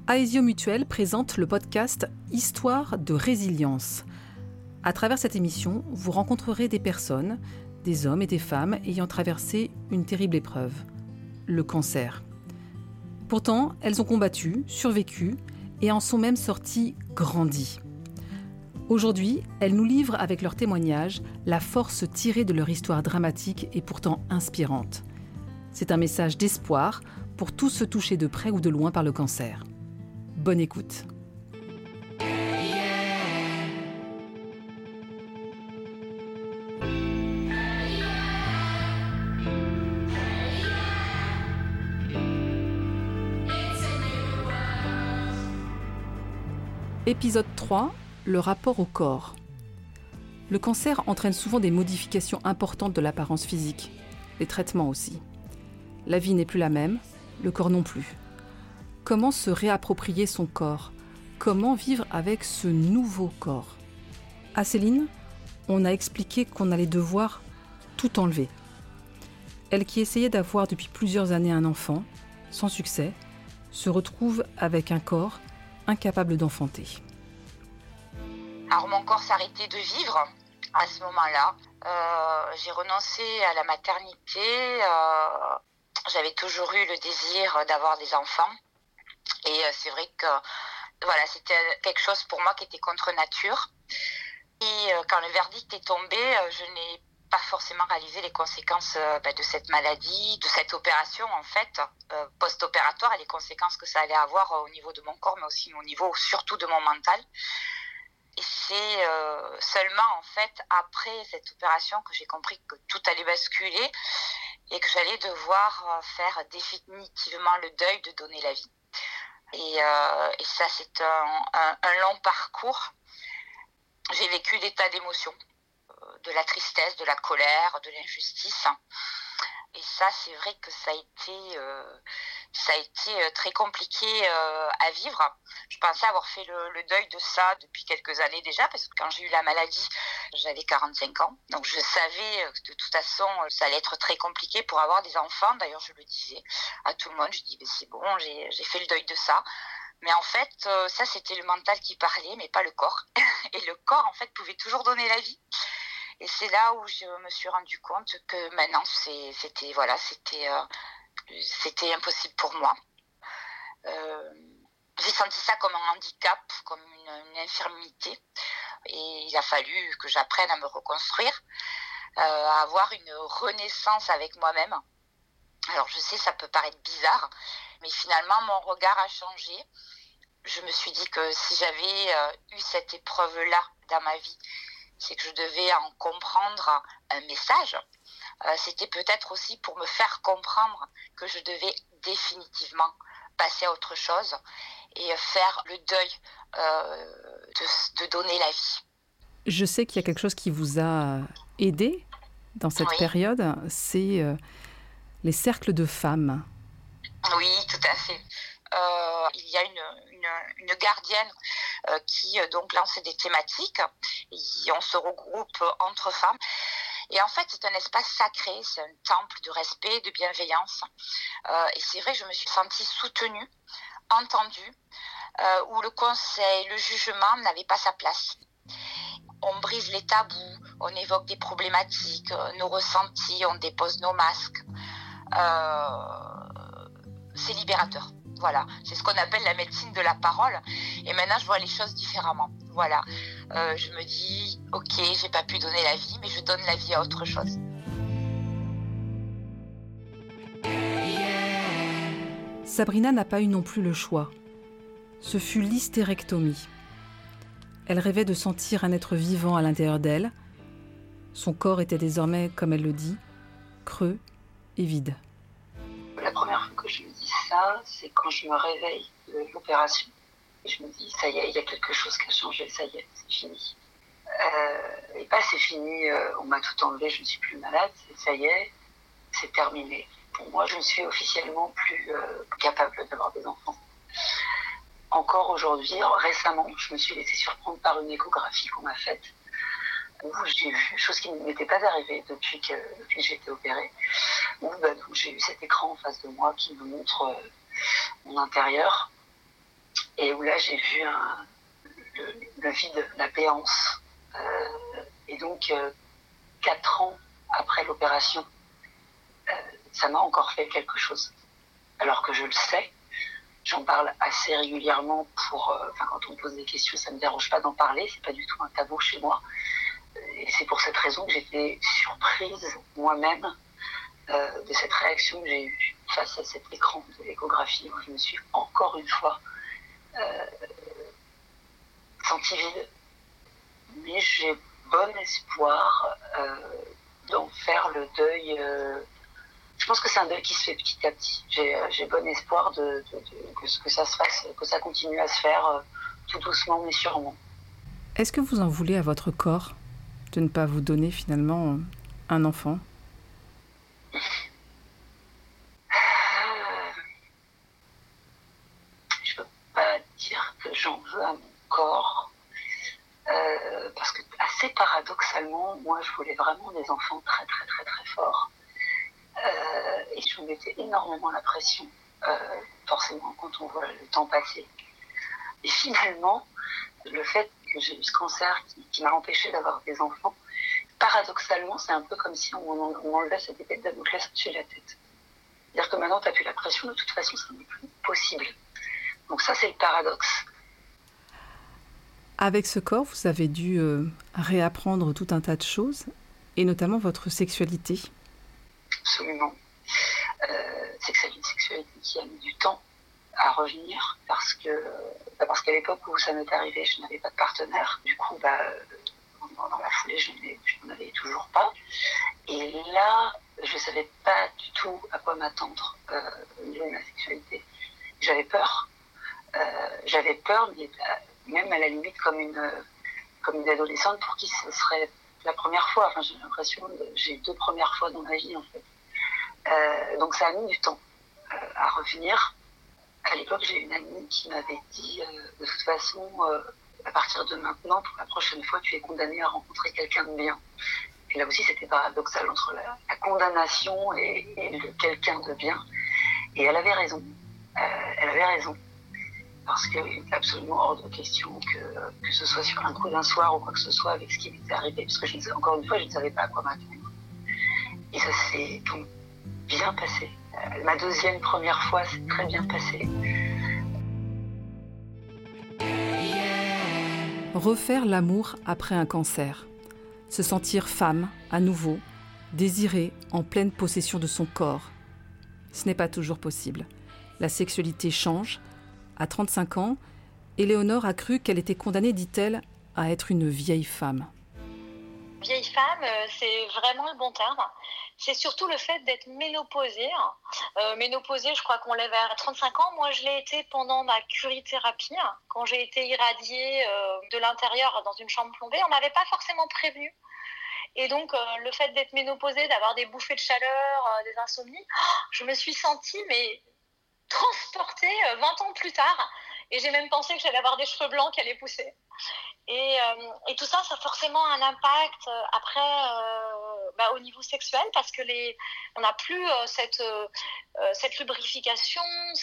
Aesio Mutuel présente le podcast Histoire de résilience. À travers cette émission, vous rencontrerez des personnes, des hommes et des femmes ayant traversé une terrible épreuve, le cancer. Pourtant, elles ont combattu, survécu et en sont même sorties grandies. Aujourd'hui, elles nous livrent avec leurs témoignages la force tirée de leur histoire dramatique et pourtant inspirante. C'est un message d'espoir pour tous ceux touchés de près ou de loin par le cancer. Bonne écoute. Épisode 3, le rapport au corps. Le cancer entraîne souvent des modifications importantes de l'apparence physique, les traitements aussi. La vie n'est plus la même, le corps non plus. Comment se réapproprier son corps ? Comment vivre avec ce nouveau corps ? À Céline, on a expliqué qu'on allait devoir tout enlever. Elle qui essayait d'avoir depuis plusieurs années un enfant, sans succès, se retrouve avec un corps incapable d'enfanter. Alors mon corps s'arrêtait de vivre à ce moment-là. J'ai renoncé à la maternité. J'avais toujours eu le désir d'avoir des enfants. Et c'est vrai que voilà, c'était quelque chose pour moi qui était contre nature. Et quand le verdict est tombé, je n'ai pas forcément réalisé les conséquences de cette maladie, de cette opération en fait, post-opératoire, et les conséquences que ça allait avoir au niveau de mon corps, mais aussi au niveau surtout de mon mental. Et c'est seulement en fait après cette opération que j'ai compris que tout allait basculer et que j'allais devoir faire définitivement le deuil de donner la vie. Et ça, c'est un long parcours. J'ai vécu des tas d'émotions, de la tristesse, de la colère, de l'injustice. Et ça, c'est vrai que ça a été très compliqué à vivre. Je pensais avoir fait le deuil de ça depuis quelques années déjà, parce que quand j'ai eu la maladie, j'avais 45 ans. Donc je savais que de toute façon, ça allait être très compliqué pour avoir des enfants. D'ailleurs, je le disais à tout le monde. Je dis, c'est bon, j'ai fait le deuil de ça. Mais en fait, ça, c'était le mental qui parlait, mais pas le corps. Et le corps, en fait, pouvait toujours donner la vie. Et c'est là où je me suis rendu compte que maintenant, c'était impossible pour moi. J'ai senti ça comme un handicap, comme une infirmité. Et il a fallu que j'apprenne à me reconstruire, à avoir une renaissance avec moi-même. Alors je sais, ça peut paraître bizarre, mais finalement, mon regard a changé. Je me suis dit que si j'avais eu cette épreuve-là dans ma vie, c'est que je devais en comprendre un message. C'était peut-être aussi pour me faire comprendre que je devais définitivement passer à autre chose et faire le deuil de donner la vie. Je sais qu'il y a quelque chose qui vous a aidé dans cette période, c'est les cercles de femmes. Oui, tout à fait. Il y a une gardienne qui donc lance des thématiques et on se regroupe entre femmes. Et en fait, c'est un espace sacré, c'est un temple de respect, de bienveillance. Et c'est vrai, je me suis sentie soutenue, entendue, où le conseil, le jugement n'avaient pas sa place. On brise les tabous, on évoque des problématiques, nos ressentis, on dépose nos masques. C'est libérateur. Voilà, c'est ce qu'on appelle la médecine de la parole. Et maintenant, je vois les choses différemment. Voilà, je me dis, ok, j'ai pas pu donner la vie, mais je donne la vie à autre chose. Sabrina n'a pas eu non plus le choix. Ce fut l'hystérectomie. Elle rêvait de sentir un être vivant à l'intérieur d'elle. Son corps était désormais, comme elle le dit, creux et vide. La première fois que je me dis ça, c'est quand je me réveille de l'opération. Je me dis, ça y est, il y a quelque chose qui a changé, ça y est, c'est fini. Et pas c'est fini, on m'a tout enlevé, je ne suis plus malade, ça y est, c'est terminé. Pour moi, je ne suis officiellement plus capable d'avoir des enfants. Encore aujourd'hui, récemment, je me suis laissée surprendre par une échographie qu'on m'a faite, où j'ai vu, chose qui ne m'était pas arrivée depuis que j'ai été opérée, où donc, j'ai eu cet écran en face de moi qui me montre mon intérieur. et où là j'ai vu le vide, la béance. Et donc 4 ans après l'opération, ça m'a encore fait quelque chose. Alors que je le sais, j'en parle assez régulièrement quand on me pose des questions, ça ne me dérange pas d'en parler, c'est pas du tout un tabou chez moi. Et c'est pour cette raison que j'étais surprise moi-même de cette réaction que j'ai eue face à cet écran de l'échographie où je me suis encore une fois sentie vide. Mais j'ai bon espoir d'en faire le deuil. Je pense que c'est un deuil qui se fait petit à petit. J'ai bon espoir que ça se fasse, que ça continue à se faire tout doucement mais sûrement. Est-ce que vous en voulez à votre corps de ne pas vous donner finalement un enfant ? Je peux pas dire que j'en veux à mon corps. Parce que assez paradoxalement, moi je voulais vraiment des enfants très très très très forts. Et je me mettais énormément la pression, forcément quand on voit le temps passer. Et finalement, le fait que j'ai eu ce cancer qui m'a empêché d'avoir des enfants, paradoxalement, c'est un peu comme si on enlevait cette épée de Damoclès au-dessus de la tête. C'est-à-dire que maintenant, tu n'as plus la pression, de toute façon, ça n'est plus possible. Donc ça, c'est le paradoxe. Avec ce corps, vous avez dû réapprendre tout un tas de choses, et notamment votre sexualité. Absolument. C'est une sexualité qui a mis du temps à revenir parce qu'à l'époque où ça m'est arrivé, je n'avais pas de partenaire. Du coup, dans la foulée, je n'en avais toujours pas. Et là, je ne savais pas du tout à quoi m'attendre au niveau de ma sexualité. J'avais peur, mais même à la limite comme une adolescente pour qui ce serait la première fois. Enfin, j'ai l'impression que j'ai 2 premières fois dans ma vie, en fait. Donc ça a mis du temps à revenir. À l'époque, j'ai une amie qui m'avait dit de toute façon, à partir de maintenant, pour la prochaine fois, tu es condamnée à rencontrer quelqu'un de bien. Et là aussi, c'était paradoxal entre la condamnation et le quelqu'un de bien. Et elle avait raison. Parce qu'il était absolument hors de question que ce soit sur un coup d'un soir ou quoi que ce soit avec ce qui m'était arrivé. Parce que encore une fois, je ne savais pas à quoi m'attendre. Et ça s'est donc bien passé. Ma première fois, c'est très bien passé. Refaire l'amour après un cancer. Se sentir femme, à nouveau, désirée, en pleine possession de son corps. Ce n'est pas toujours possible. La sexualité change. À 35 ans, Éléonore a cru qu'elle était condamnée, dit-elle, à être une vieille femme. Vieille femme, c'est vraiment le bon terme. C'est surtout le fait d'être ménopausée. Ménopausée, je crois qu'on l'est vers 35 ans. Moi, je l'ai été pendant ma curithérapie, quand j'ai été irradiée de l'intérieur dans une chambre plombée. On ne m'avait pas forcément prévenue. Et donc, le fait d'être ménopausée, d'avoir des bouffées de chaleur, des insomnies, je me suis sentie transportée 20 ans plus tard. Et j'ai même pensé que j'allais avoir des cheveux blancs qui allaient pousser. Et tout ça, ça a forcément un impact après au niveau sexuel parce que on n'a plus cette lubrification,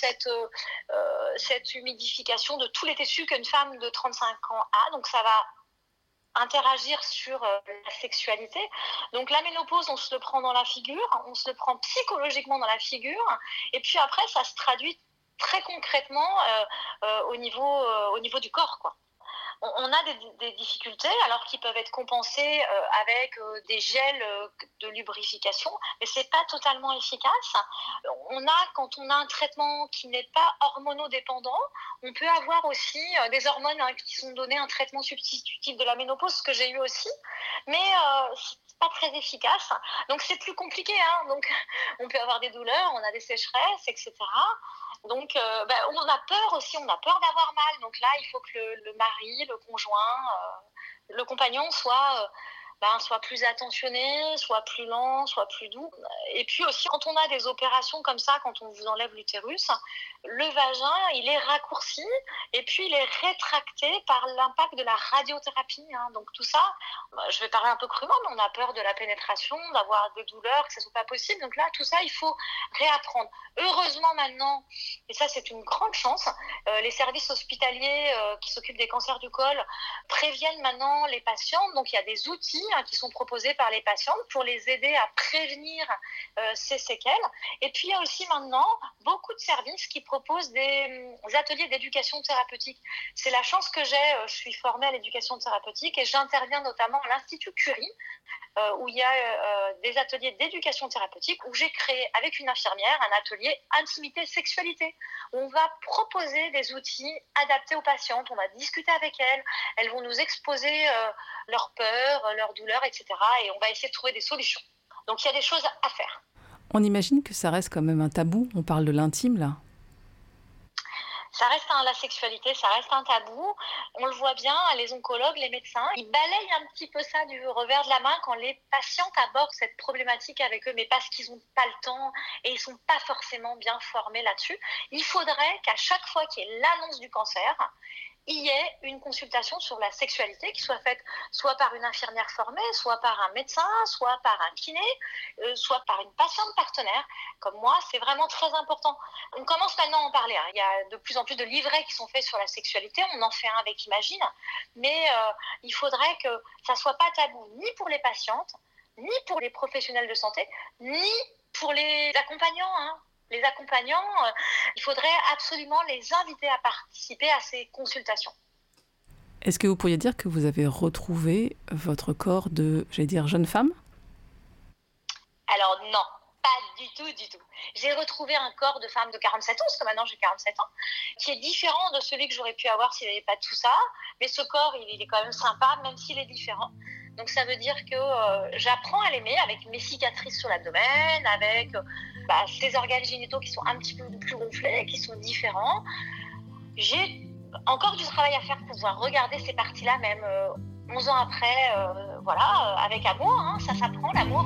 cette humidification de tous les tissus qu'une femme de 35 ans a. Donc ça va interagir sur la sexualité. Donc la ménopause, on se le prend dans la figure, on se le prend psychologiquement dans la figure, et puis après, ça se traduit très concrètement au niveau du corps, quoi. On a des difficultés alors qui peuvent être compensées avec des gels de lubrification, mais c'est pas totalement efficace. Quand on a un traitement qui n'est pas hormonodépendant, on peut avoir aussi des hormones qui sont données, un traitement substitutif de la ménopause, ce que j'ai eu aussi, mais c'est pas très efficace. Donc c'est plus compliqué, hein. Donc on peut avoir des douleurs, on a des sécheresses, etc. Donc on a peur aussi, on a peur d'avoir mal. Donc là, il faut que le mari, le conjoint, le compagnon soit plus attentionné, soit plus lent, soit plus doux. Et puis aussi, quand on a des opérations comme ça, quand on vous enlève l'utérus, le vagin, il est raccourci et puis il est rétracté par l'impact de la radiothérapie. Donc tout ça, je vais parler un peu crûment, mais on a peur de la pénétration, d'avoir des douleurs, que ça ne soit pas possible. Donc là, tout ça, il faut réapprendre. Heureusement maintenant, et ça c'est une grande chance, les services hospitaliers qui s'occupent des cancers du col préviennent maintenant les patientes. Donc il y a des outils qui sont proposés par les patientes pour les aider à prévenir ces séquelles. Et puis il y a aussi maintenant beaucoup de services qui proposent des ateliers d'éducation thérapeutique. C'est la chance que j'ai, je suis formée à l'éducation thérapeutique et j'interviens notamment à l'Institut Curie, où il y a des ateliers d'éducation thérapeutique, où j'ai créé avec une infirmière un atelier intimité-sexualité, où on va proposer des outils adaptés aux patientes, on va discuter avec elles, elles vont nous exposer leurs peurs, leurs douleurs, etc. Et on va essayer de trouver des solutions. Donc il y a des choses à faire. On imagine que ça reste quand même un tabou, on parle de l'intime là. Ça reste la sexualité, ça reste un tabou. On le voit bien, les oncologues, les médecins, ils balayent un petit peu ça du revers de la main quand les patientes abordent cette problématique avec eux, mais parce qu'ils n'ont pas le temps et ils ne sont pas forcément bien formés là-dessus. Il faudrait qu'à chaque fois qu'il y ait l'annonce du cancer, il y ait une consultation sur la sexualité qui soit faite soit par une infirmière formée, soit par un médecin, soit par un kiné, soit par une patiente partenaire. Comme moi, c'est vraiment très important. On commence maintenant à en parler. Il y a de plus en plus de livrets qui sont faits sur la sexualité. On en fait un avec Imagine. Mais il faudrait que ça ne soit pas tabou ni pour les patientes, ni pour les professionnels de santé, ni pour les accompagnants. Les accompagnants, il faudrait absolument les inviter à participer à ces consultations. Est-ce que vous pourriez dire que vous avez retrouvé votre corps de, jeune femme ? Alors non, pas du tout. J'ai retrouvé un corps de femme de 47 ans, parce que maintenant j'ai 47 ans, qui est différent de celui que j'aurais pu avoir s'il n'y avait pas tout ça. Mais ce corps, il est quand même sympa, même s'il est différent. Donc ça veut dire que j'apprends à l'aimer avec mes cicatrices sur l'abdomen, avec ces organes génitaux qui sont un petit peu plus gonflés, qui sont différents. J'ai encore du travail à faire pour pouvoir regarder ces parties-là, même 11 ans après, avec amour. Ça s'apprend, l'amour.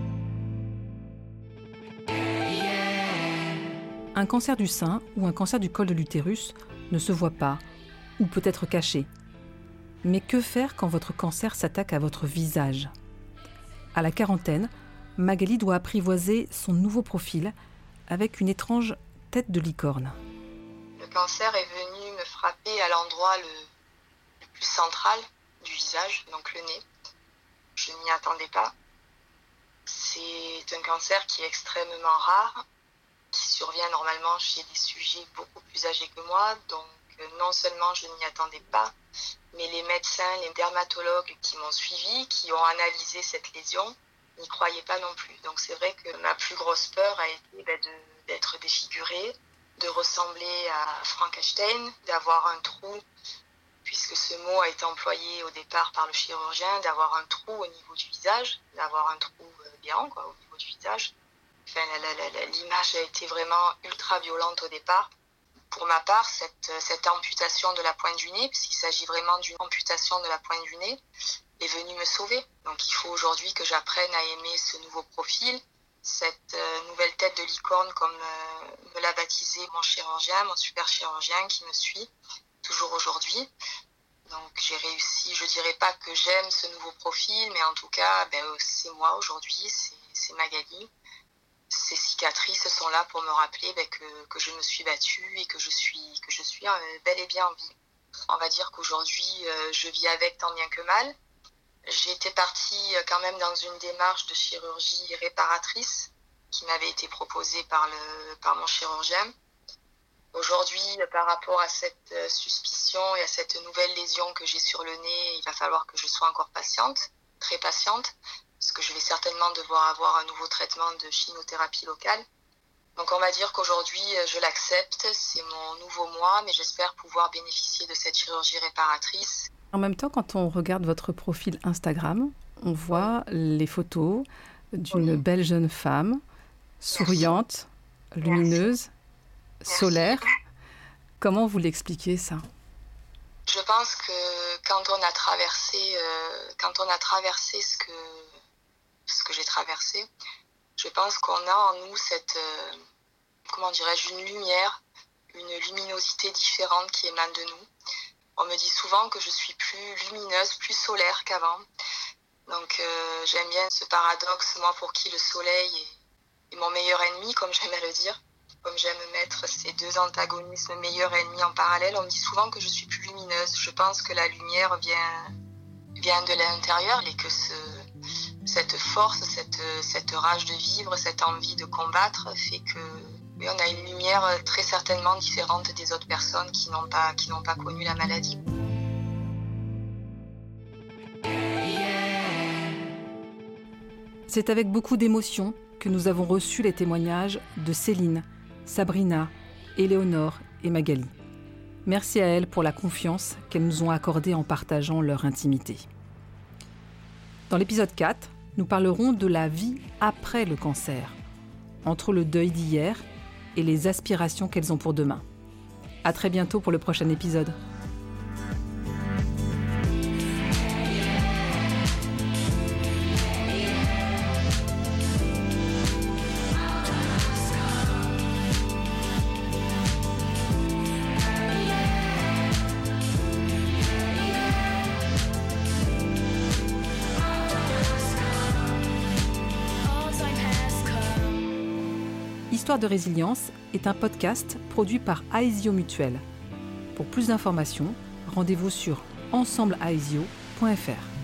Un cancer du sein ou un cancer du col de l'utérus ne se voit pas, ou peut être caché. Mais que faire quand votre cancer s'attaque à votre visage ? À la quarantaine, Magali doit apprivoiser son nouveau profil avec une étrange tête de licorne. Le cancer est venu me frapper à l'endroit le plus central du visage, donc le nez. Je ne m'y attendais pas. C'est un cancer qui est extrêmement rare, qui survient normalement chez des sujets beaucoup plus âgés que moi, donc non seulement je ne m'y attendais pas, mais les médecins, les dermatologues qui m'ont suivi, qui ont analysé cette lésion, n'y croyaient pas non plus. Donc c'est vrai que ma plus grosse peur a été d'être défigurée, de ressembler à Frankenstein, d'avoir un trou, puisque ce mot a été employé au départ par le chirurgien, d'avoir un trou au niveau du visage, d'avoir un trou béant au niveau du visage. Enfin, l'image a été vraiment ultra violente au départ. Pour ma part, cette amputation de la pointe du nez, puisqu'il s'agit vraiment d'une amputation de la pointe du nez, est venue me sauver. Donc il faut aujourd'hui que j'apprenne à aimer ce nouveau profil, cette nouvelle tête de licorne comme me l'a baptisé mon chirurgien, mon super chirurgien qui me suit toujours aujourd'hui. Donc j'ai réussi, je dirais pas que j'aime ce nouveau profil, mais en tout cas c'est moi aujourd'hui, c'est Magali. Ces cicatrices sont là pour me rappeler que je me suis battue et que je suis bel et bien en vie. On va dire qu'aujourd'hui, je vis avec tant bien que mal. J'ai été partie quand même dans une démarche de chirurgie réparatrice qui m'avait été proposée par mon chirurgien. Aujourd'hui, par rapport à cette suspicion et à cette nouvelle lésion que j'ai sur le nez, il va falloir que je sois encore patiente, très patiente, parce que je vais certainement devoir avoir un nouveau traitement de chimiothérapie locale. Donc on va dire qu'aujourd'hui, je l'accepte, c'est mon nouveau moi, mais j'espère pouvoir bénéficier de cette chirurgie réparatrice. En même temps, quand on regarde votre profil Instagram, on voit les photos d'une belle jeune femme, souriante, lumineuse, solaire. Comment vous l'expliquez ça ? Je pense que quand on a traversé ce que j'ai traversé, je pense qu'on a en nous cette, une une luminosité différente qui émane de nous. On me dit souvent que je suis plus lumineuse, plus solaire qu'avant. Donc j'aime bien ce paradoxe, moi pour qui le soleil est mon meilleur ennemi, comme j'aime le dire. Comme j'aime mettre ces deux antagonismes meilleurs ennemis en parallèle, on me dit souvent que je suis plus lumineuse. Je pense que la lumière vient de l'intérieur et que cette force, cette rage de vivre, cette envie de combattre fait que oui, on a une lumière très certainement différente des autres personnes qui n'ont pas connu la maladie. C'est avec beaucoup d'émotion que nous avons reçu les témoignages de Céline, Sabrina, Éléonore et Magali. Merci à elles pour la confiance qu'elles nous ont accordée en partageant leur intimité. Dans l'épisode 4, nous parlerons de la vie après le cancer, entre le deuil d'hier et les aspirations qu'elles ont pour demain. À très bientôt pour le prochain épisode. Histoire de résilience est un podcast produit par Aesio Mutuelle. Pour plus d'informations, rendez-vous sur ensembleaesio.fr.